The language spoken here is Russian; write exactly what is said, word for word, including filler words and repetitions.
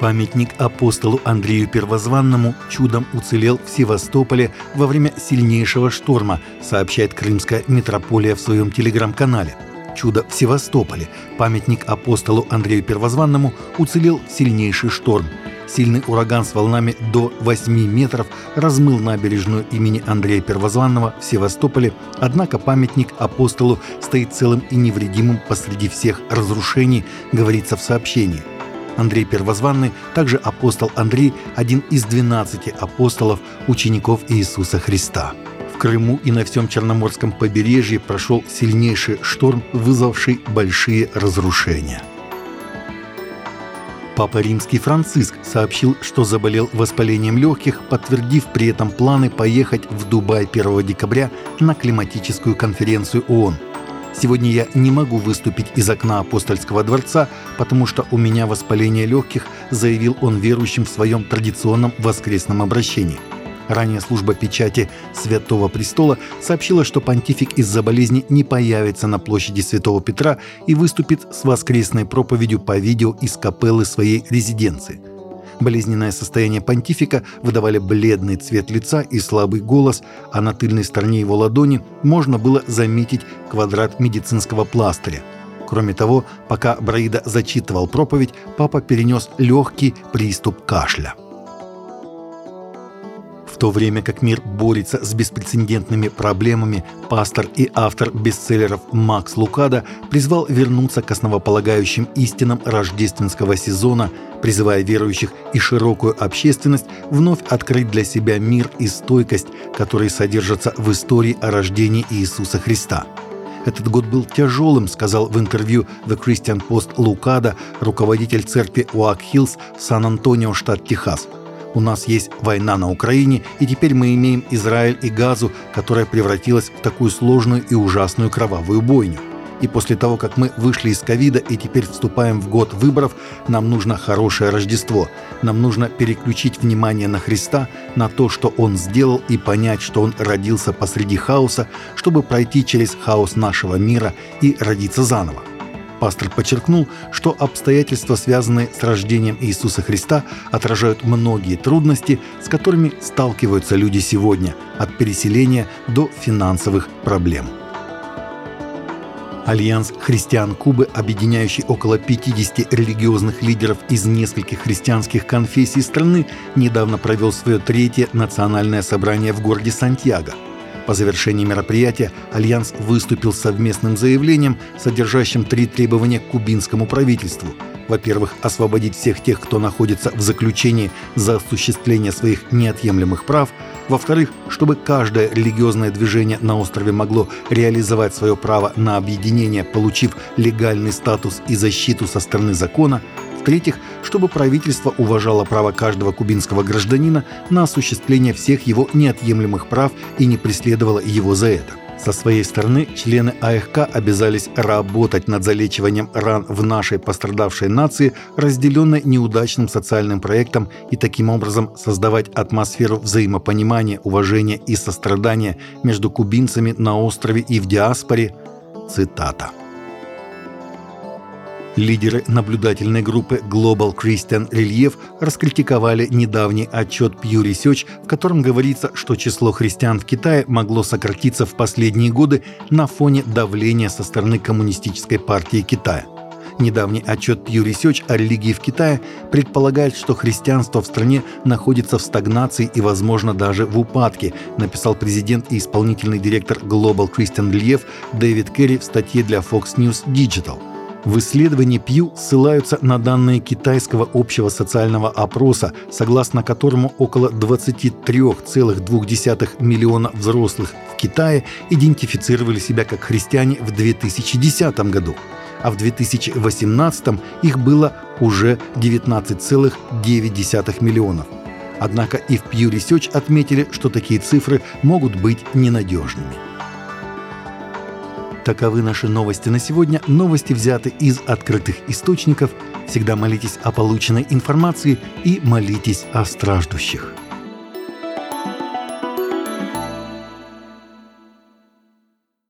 Памятник апостолу Андрею Первозванному чудом уцелел в Севастополе во время сильнейшего шторма, сообщает Крымская митрополия в своем телеграм-канале. Чудо в Севастополе. Памятник апостолу Андрею Первозванному уцелел в сильнейший шторм. Сильный ураган с волнами до восьми метров размыл набережную имени Андрея Первозванного в Севастополе, однако памятник апостолу стоит целым и невредимым посреди всех разрушений, говорится в сообщении. Андрей Первозванный, также апостол Андрей, один из двенадцати апостолов, учеников Иисуса Христа. В Крыму и на всем Черноморском побережье прошел сильнейший шторм, вызвавший большие разрушения. Папа Римский Франциск сообщил, что заболел воспалением легких, подтвердив при этом планы поехать в Дубай первого декабря на климатическую конференцию ООН. «Сегодня я не могу выступить из окна апостольского дворца, потому что у меня воспаление легких», заявил он верующим в своем традиционном воскресном обращении. Ранее служба печати Святого Престола сообщила, что понтифик из-за болезни не появится на площади Святого Петра и выступит с воскресной проповедью по видео из капеллы своей резиденции. Болезненное состояние понтифика выдавали бледный цвет лица и слабый голос, а на тыльной стороне его ладони можно было заметить квадрат медицинского пластыря. Кроме того, пока Браида зачитывал проповедь, папа перенес легкий приступ кашля. В то время как мир борется с беспрецедентными проблемами, пастор и автор бестселлеров Макс Лукадо призвал вернуться к основополагающим истинам рождественского сезона, призывая верующих и широкую общественность вновь открыть для себя мир и стойкость, которые содержатся в истории о рождении Иисуса Христа. «Этот год был тяжелым», — сказал в интервью The Christian Post Лукадо, руководитель церкви Уак-Хиллз в Сан-Антонио, штат Техас. «У нас есть война на Украине, и теперь мы имеем Израиль и Газу, которая превратилась в такую сложную и ужасную кровавую бойню. И после того, как мы вышли из ковида и теперь вступаем в год выборов, нам нужно хорошее Рождество. Нам нужно переключить внимание на Христа, на то, что Он сделал, и понять, что Он родился посреди хаоса, чтобы пройти через хаос нашего мира и родиться заново». Пастор подчеркнул, что обстоятельства, связанные с рождением Иисуса Христа, отражают многие трудности, с которыми сталкиваются люди сегодня, от переселения до финансовых проблем. Альянс христиан Кубы, объединяющий около пятидесяти религиозных лидеров из нескольких христианских конфессий страны, недавно провел свое третье национальное собрание в городе Сантьяго. По завершении мероприятия Альянс выступил с совместным заявлением, содержащим три требования к кубинскому правительству. Во-первых, освободить всех тех, кто находится в заключении за осуществление своих неотъемлемых прав. Во-вторых, чтобы каждое религиозное движение на острове могло реализовать свое право на объединение, получив легальный статус и защиту со стороны закона. В-третьих, чтобы правительство уважало право каждого кубинского гражданина на осуществление всех его неотъемлемых прав и не преследовало его за это. Со своей стороны, члены АЭХК обязались работать над залечиванием ран в нашей пострадавшей нации, разделенной неудачным социальным проектом, и таким образом создавать атмосферу взаимопонимания, уважения и сострадания между кубинцами на острове и в диаспоре. Цитата. Лидеры наблюдательной группы Global Christian Relief раскритиковали недавний отчет Pew Research, в котором говорится, что число христиан в Китае могло сократиться в последние годы на фоне давления со стороны Коммунистической партии Китая. Недавний отчет Pew Research о религии в Китае предполагает, что христианство в стране находится в стагнации и, возможно, даже в упадке, написал президент и исполнительный директор Global Christian Relief Дэвид Керри в статье для Fox News Digital. В исследовании Pew ссылаются на данные китайского общего социального опроса, согласно которому около двадцать три целых две десятых миллиона взрослых в Китае идентифицировали себя как христиане в две тысячи десятом году, а в две тысячи восемнадцатом их было уже девятнадцать целых девять десятых миллионов. Однако и в Pew Research отметили, что такие цифры могут быть ненадежными. Таковы наши новости на сегодня. Новости взяты из открытых источников. Всегда молитесь о полученной информации и молитесь о страждущих.